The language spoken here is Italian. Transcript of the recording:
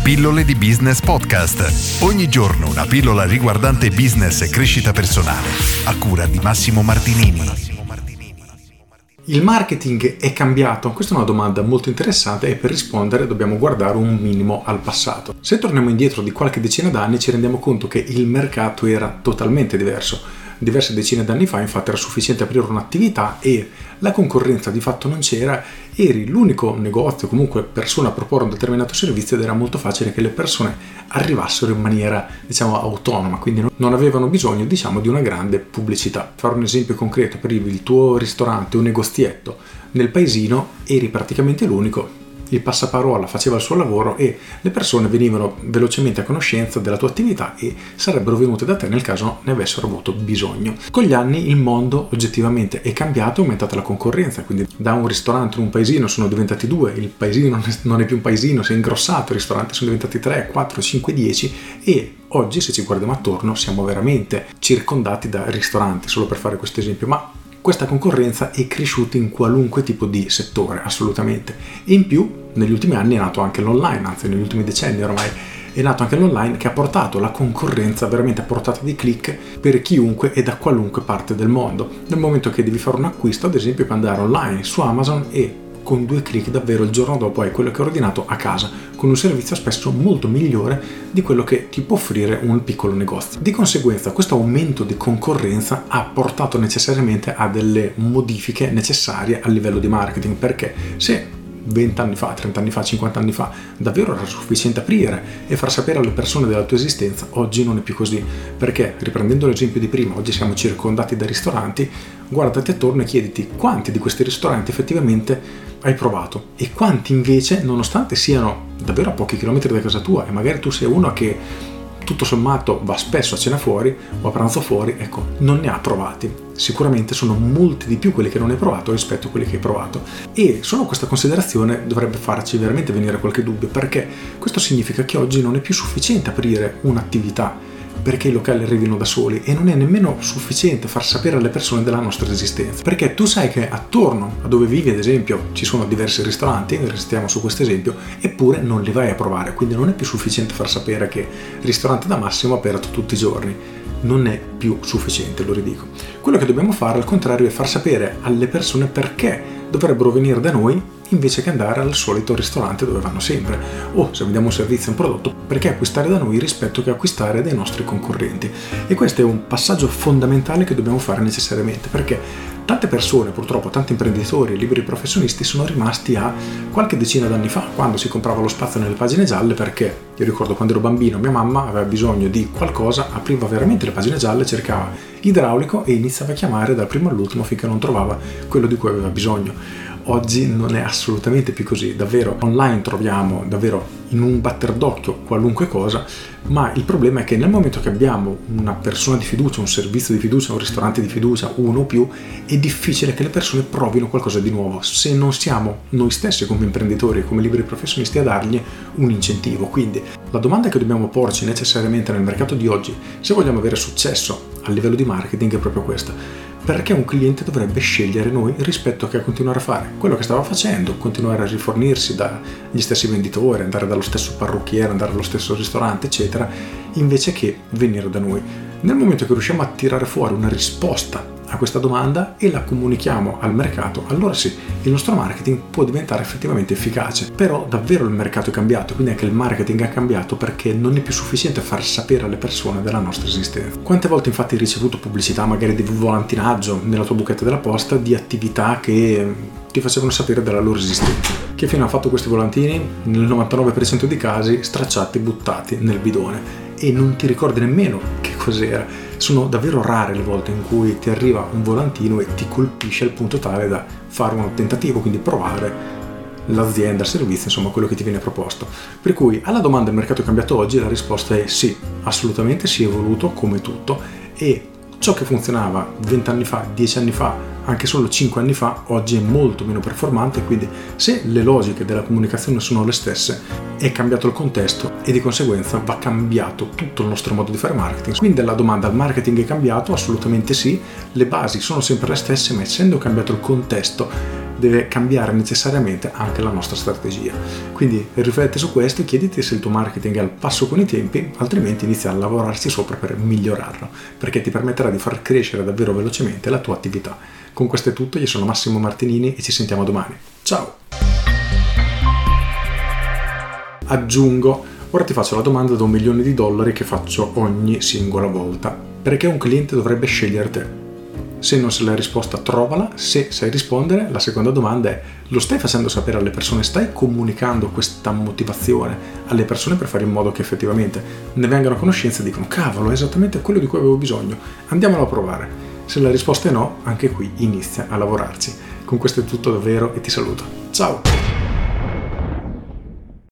Pillole di Business Podcast. Ogni giorno una pillola riguardante business e crescita personale. A cura di Massimo Martinini. Il marketing è cambiato? Questa è una domanda molto interessante e per rispondere dobbiamo guardare un minimo al passato. Se torniamo indietro di qualche decina d'anni ci rendiamo conto che il mercato era totalmente diverso. Diverse decine d'anni fa infatti era sufficiente aprire un'attività e la concorrenza di fatto non c'era, eri l'unico negozio, comunque persona a proporre un determinato servizio ed era molto facile che le persone arrivassero in maniera autonoma, quindi non avevano bisogno di una grande pubblicità. Fare un esempio concreto: aprivi il tuo ristorante, un negozietto nel paesino, eri praticamente l'unico. Il passaparola faceva il suo lavoro e le persone venivano velocemente a conoscenza della tua attività e sarebbero venute da te nel caso ne avessero avuto bisogno. Con gli anni il mondo oggettivamente è cambiato, è aumentata la concorrenza, quindi da un ristorante in un paesino sono diventati due, il paesino non è più un paesino, si è ingrossato, i ristoranti sono diventati 3, 4, 5, 10 e oggi, se ci guardiamo attorno, siamo veramente circondati da ristoranti, solo per fare questo esempio, ma questa concorrenza è cresciuta in qualunque tipo di settore, assolutamente. E in più, negli ultimi anni è nato anche l'online, anzi negli ultimi decenni ormai, è nato anche l'online che ha portato la concorrenza veramente a portata di click per chiunque e da qualunque parte del mondo. Nel momento che devi fare un acquisto, ad esempio, puoi andare online su Amazon e con 2 click davvero il giorno dopo hai quello che hai ordinato a casa, con un servizio spesso molto migliore di quello che ti può offrire un piccolo negozio. Di conseguenza questo aumento di concorrenza ha portato necessariamente a delle modifiche necessarie a livello di marketing, perché se 20 anni fa, 30 anni fa, 50 anni fa davvero era sufficiente aprire e far sapere alle persone della tua esistenza, oggi non è più così, perché riprendendo l'esempio di prima, oggi siamo circondati da ristoranti, guardati attorno e chiediti quanti di questi ristoranti effettivamente hai provato e quanti invece, nonostante siano davvero a pochi chilometri da casa tua e magari tu sei uno che tutto sommato va spesso a cena fuori o a pranzo fuori, ecco, non ne ha provati. Sicuramente sono molti di più quelli che non hai provato rispetto a quelli che hai provato, e solo questa considerazione dovrebbe farci veramente venire qualche dubbio, perché questo significa che oggi non è più sufficiente aprire un'attività perché i locali arrivino da soli e non è nemmeno sufficiente far sapere alle persone della nostra esistenza, perché tu sai che attorno a dove vivi, ad esempio, ci sono diversi ristoranti, restiamo su questo esempio, eppure non li vai a provare, quindi non è più sufficiente far sapere che il ristorante da Massimo è aperto tutti i giorni. Non è più sufficiente, lo ridico. Quello che dobbiamo fare al contrario è far sapere alle persone perché dovrebbero venire da noi invece che andare al solito ristorante dove vanno sempre, o se vendiamo un servizio o un prodotto, perché acquistare da noi rispetto che acquistare dai nostri concorrenti. E questo è un passaggio fondamentale che dobbiamo fare necessariamente, perché tante persone, purtroppo tanti imprenditori e liberi professionisti sono rimasti a qualche decina d'anni fa, quando si comprava lo spazio nelle pagine gialle, perché io ricordo quando ero bambino mia mamma aveva bisogno di qualcosa, apriva veramente le pagine gialle, cercava idraulico e iniziava a chiamare dal primo all'ultimo finché non trovava quello di cui aveva bisogno. Oggi non è assolutamente più così, davvero online troviamo davvero in un batter d'occhio qualunque cosa, ma il problema è che nel momento che abbiamo una persona di fiducia, un servizio di fiducia, un ristorante di fiducia, uno o più, è difficile che le persone provino qualcosa di nuovo se non siamo noi stessi come imprenditori e come liberi professionisti a dargli un incentivo. Quindi la domanda che dobbiamo porci necessariamente nel mercato di oggi, se vogliamo avere successo a livello di marketing, è proprio questa: perché un cliente dovrebbe scegliere noi rispetto che a continuare a fare quello che stava facendo, continuare a rifornirsi dagli stessi venditori, andare dallo stesso parrucchiere, andare dallo stesso ristorante, eccetera, invece che venire da noi. Nel momento che riusciamo a tirare fuori una risposta a questa domanda e la comunichiamo al mercato, allora sì, il nostro marketing può diventare effettivamente efficace. Però davvero il mercato è cambiato, quindi anche il marketing è cambiato, perché non è più sufficiente far sapere alle persone della nostra esistenza. Quante volte infatti hai ricevuto pubblicità, magari di volantinaggio nella tua buchetta della posta, di attività che ti facevano sapere della loro esistenza? Che fine hanno fatto questi volantini? Nel 99% dei casi stracciati, buttati nel bidone, e non ti ricordi nemmeno che cos'era. Sono davvero rare le volte in cui ti arriva un volantino e ti colpisce al punto tale da fare un tentativo, quindi provare l'azienda, il servizio, insomma quello che ti viene proposto. Per cui alla domanda "il mercato è cambiato oggi?" la risposta è sì, assolutamente si è evoluto come tutto, e ciò che funzionava 20 anni fa, 10 anni fa, anche solo 5 anni fa, oggi è molto meno performante. Quindi se le logiche della comunicazione sono le stesse, è cambiato il contesto e di conseguenza va cambiato tutto il nostro modo di fare marketing. Quindi alla domanda "il marketing è cambiato?" assolutamente sì, le basi sono sempre le stesse, ma essendo cambiato il contesto deve cambiare necessariamente anche la nostra strategia. Quindi rifletti su questo e chiediti se il tuo marketing è al passo con i tempi, altrimenti inizia a lavorarci sopra per migliorarlo, perché ti permetterà di far crescere davvero velocemente la tua attività. Con questo è tutto, io sono Massimo Martinini e ci sentiamo domani. Ciao! Aggiungo, ora ti faccio la domanda da $1 milione che faccio ogni singola volta. Perché un cliente dovrebbe scegliere te? Se non sai la risposta, trovala. Se sai rispondere, la seconda domanda è: lo stai facendo sapere alle persone? Stai comunicando questa motivazione alle persone per fare in modo che effettivamente ne vengano a conoscenza e dicano: cavolo, è esattamente quello di cui avevo bisogno, andiamolo a provare. Se la risposta è no, anche qui inizia a lavorarci. Con questo è tutto davvero e ti saluto. Ciao!